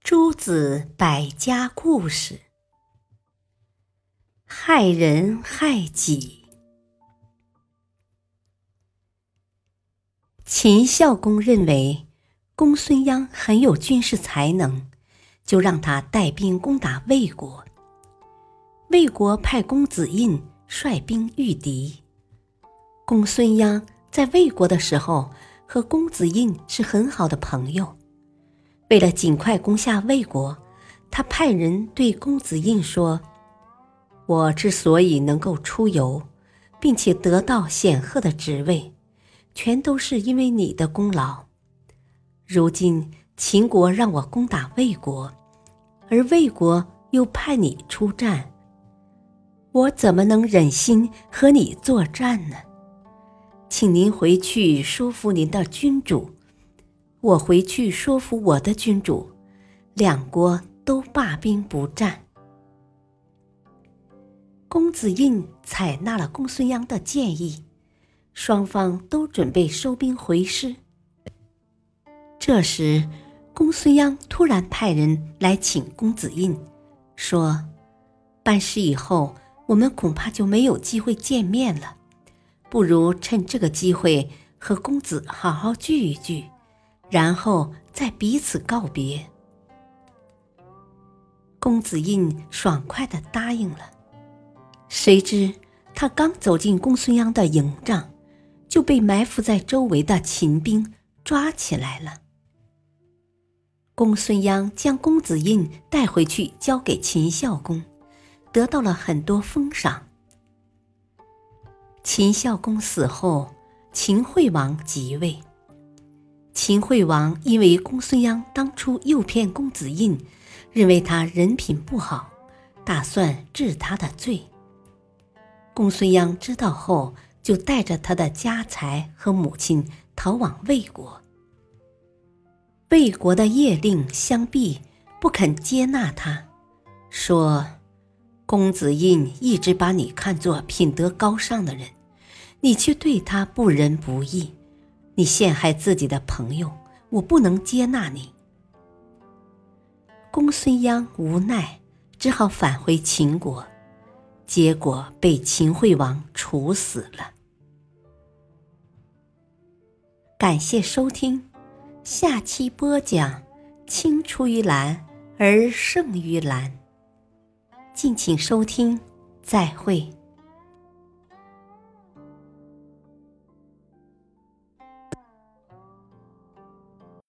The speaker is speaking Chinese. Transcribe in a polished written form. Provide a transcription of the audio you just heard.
诸子百家故事。害人害己。秦孝公认为公孙鞅很有军事才能，就让他带兵攻打魏国。魏国派公子印率兵御敌。公孙鞅在魏国的时候和公子印是很好的朋友。为了尽快攻下魏国，他派人对公子印说：我之所以能够出游，并且得到显赫的职位，全都是因为你的功劳。如今秦国让我攻打魏国，而魏国又派你出战，我怎么能忍心和你作战呢？请您回去说服您的君主，我回去说服我的君主，两国都罢兵不战。公子印采纳了公孙鞅的建议，双方都准备收兵回师。这时，公孙鞅突然派人来请公子印，说：办事以后，我们恐怕就没有机会见面了，不如趁这个机会和公子好好聚一聚，然后再彼此告别。公子印爽快地答应了。谁知他刚走进公孙鞅的营帐，就被埋伏在周围的秦兵抓起来了。公孙鞅将公子印带回去交给秦孝公，得到了很多封赏。秦孝公死后，秦惠王即位。秦惠王因为公孙鞅当初诱骗公子印，认为他人品不好，打算治他的罪。公孙鞅知道后，就带着他的家财和母亲逃往魏国。魏国的邺令相避不肯接纳他，说：公子印一直把你看作品德高尚的人，你却对他不仁不义，你陷害自己的朋友，我不能接纳你。公孙鞅无奈，只好返回秦国，结果被秦惠王处死了。感谢收听，下期播讲青出于蓝而胜于蓝。敬请收听，再会。